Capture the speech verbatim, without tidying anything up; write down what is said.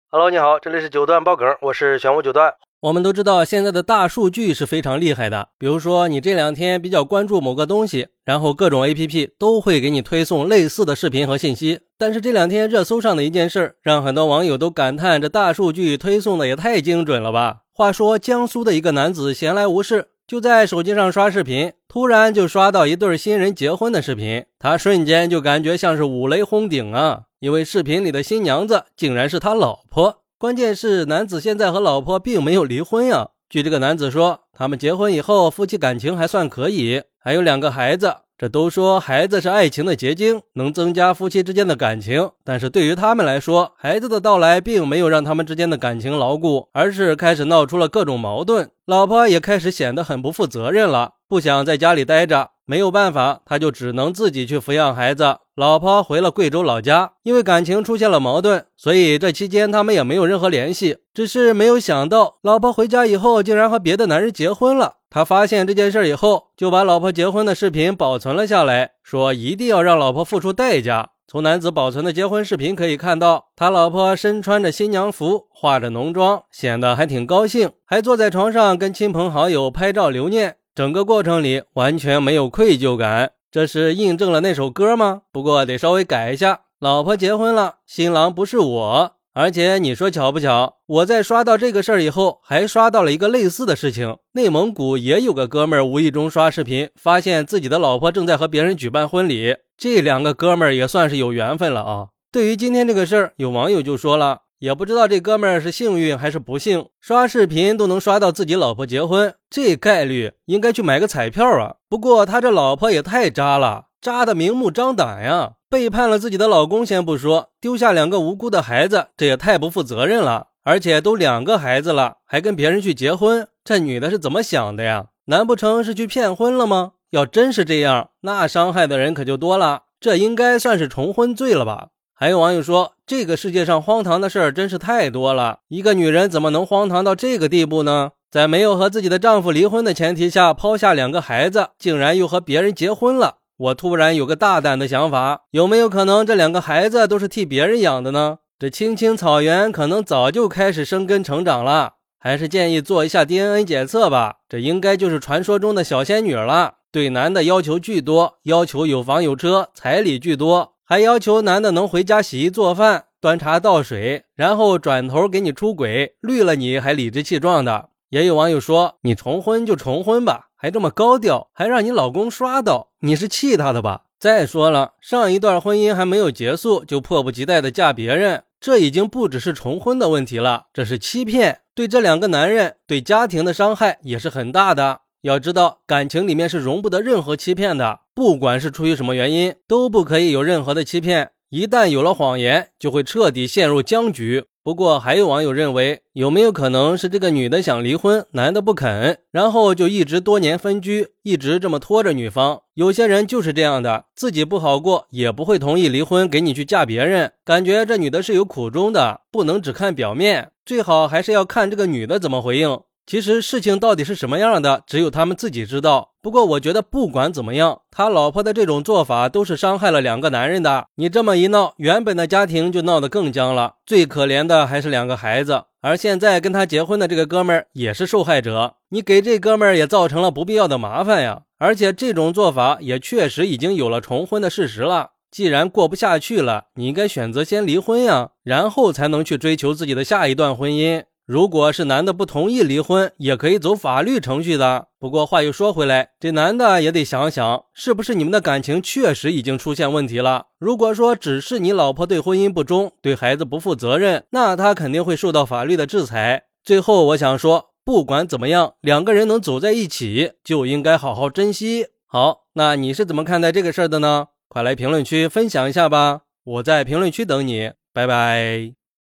Hello， 你好，这里是九段爆梗，我是玄武九段。 我们都知道现在的大数据是非常厉害的，比如说你这两天比较关注某个东西，然后各种 A P P 都会给你推送类似的视频和信息。但是这两天热搜上的一件事让很多网友都感叹，这大数据推送的也太精准了吧。话说江苏的一个男子闲来无事，就在手机上刷视频，突然就刷到一对新人结婚的视频，他瞬间就感觉像是五雷轰顶啊，因为视频里的新娘子竟然是他老婆。关键是男子现在和老婆并没有离婚呀。据这个男子说，他们结婚以后夫妻感情还算可以，还有两个孩子，这都说孩子是爱情的结晶，能增加夫妻之间的感情，但是对于他们来说，孩子的到来并没有让他们之间的感情牢固，而是开始闹出了各种矛盾。老婆也开始显得很不负责任了，不想在家里待着，没有办法，他就只能自己去抚养孩子。老婆回了贵州老家，因为感情出现了矛盾，所以这期间他们也没有任何联系。只是没有想到，老婆回家以后竟然和别的男人结婚了。他发现这件事以后，就把老婆结婚的视频保存了下来，说一定要让老婆付出代价。从男子保存的结婚视频可以看到，他老婆身穿着新娘服，化着浓妆，显得还挺高兴，还坐在床上跟亲朋好友拍照留念。整个过程里完全没有愧疚感，这是印证了那首歌吗？不过得稍微改一下，老婆结婚了，新郎不是我。而且你说巧不巧，我在刷到这个事儿以后，还刷到了一个类似的事情。内蒙古也有个哥们儿无意中刷视频，发现自己的老婆正在和别人举办婚礼，这两个哥们儿也算是有缘分了啊。对于今天这个事儿，有网友就说了，也不知道这哥们儿是幸运还是不幸，刷视频都能刷到自己老婆结婚，这概率应该去买个彩票啊。不过他这老婆也太渣了，渣的明目张胆呀，背叛了自己的老公先不说，丢下两个无辜的孩子，这也太不负责任了。而且都两个孩子了，还跟别人去结婚，这女的是怎么想的呀？难不成是去骗婚了吗？要真是这样，那伤害的人可就多了，这应该算是重婚罪了吧。还有网友说，这个世界上荒唐的事儿真是太多了，一个女人怎么能荒唐到这个地步呢？在没有和自己的丈夫离婚的前提下，抛下两个孩子，竟然又和别人结婚了。我突然有个大胆的想法，有没有可能这两个孩子都是替别人养的呢？这青青草原可能早就开始生根成长了，还是建议做一下 D N A 检测吧，这应该就是传说中的小仙女了。对男的要求巨多，要求有房有车，彩礼巨多，还要求男的能回家洗衣做饭，端茶倒水，然后转头给你出轨，绿了你还理直气壮的。也有网友说，你重婚就重婚吧，还这么高调，还让你老公刷到，你是气他的吧？再说了，上一段婚姻还没有结束，就迫不及待的嫁别人，这已经不只是重婚的问题了，这是欺骗，对这两个男人，对家庭的伤害也是很大的。要知道，感情里面是容不得任何欺骗的，不管是出于什么原因，都不可以有任何的欺骗。一旦有了谎言，就会彻底陷入僵局。不过还有网友认为，有没有可能是这个女的想离婚，男的不肯，然后就一直多年分居，一直这么拖着女方。有些人就是这样的，自己不好过也不会同意离婚给你去嫁别人，感觉这女的是有苦衷的，不能只看表面，最好还是要看这个女的怎么回应。其实事情到底是什么样的，只有他们自己知道。不过我觉得不管怎么样，他老婆的这种做法都是伤害了两个男人的。你这么一闹，原本的家庭就闹得更僵了，最可怜的还是两个孩子。而现在跟他结婚的这个哥们儿也是受害者，你给这哥们儿也造成了不必要的麻烦呀。而且这种做法也确实已经有了重婚的事实了。既然过不下去了，你应该选择先离婚呀，然后才能去追求自己的下一段婚姻。如果是男的不同意离婚，也可以走法律程序的。不过话又说回来，这男的也得想想，是不是你们的感情确实已经出现问题了。如果说只是你老婆对婚姻不忠，对孩子不负责任，那他肯定会受到法律的制裁。最后我想说，不管怎么样，两个人能走在一起，就应该好好珍惜。好，那你是怎么看待这个事儿的呢？快来评论区分享一下吧，我在评论区等你，拜拜。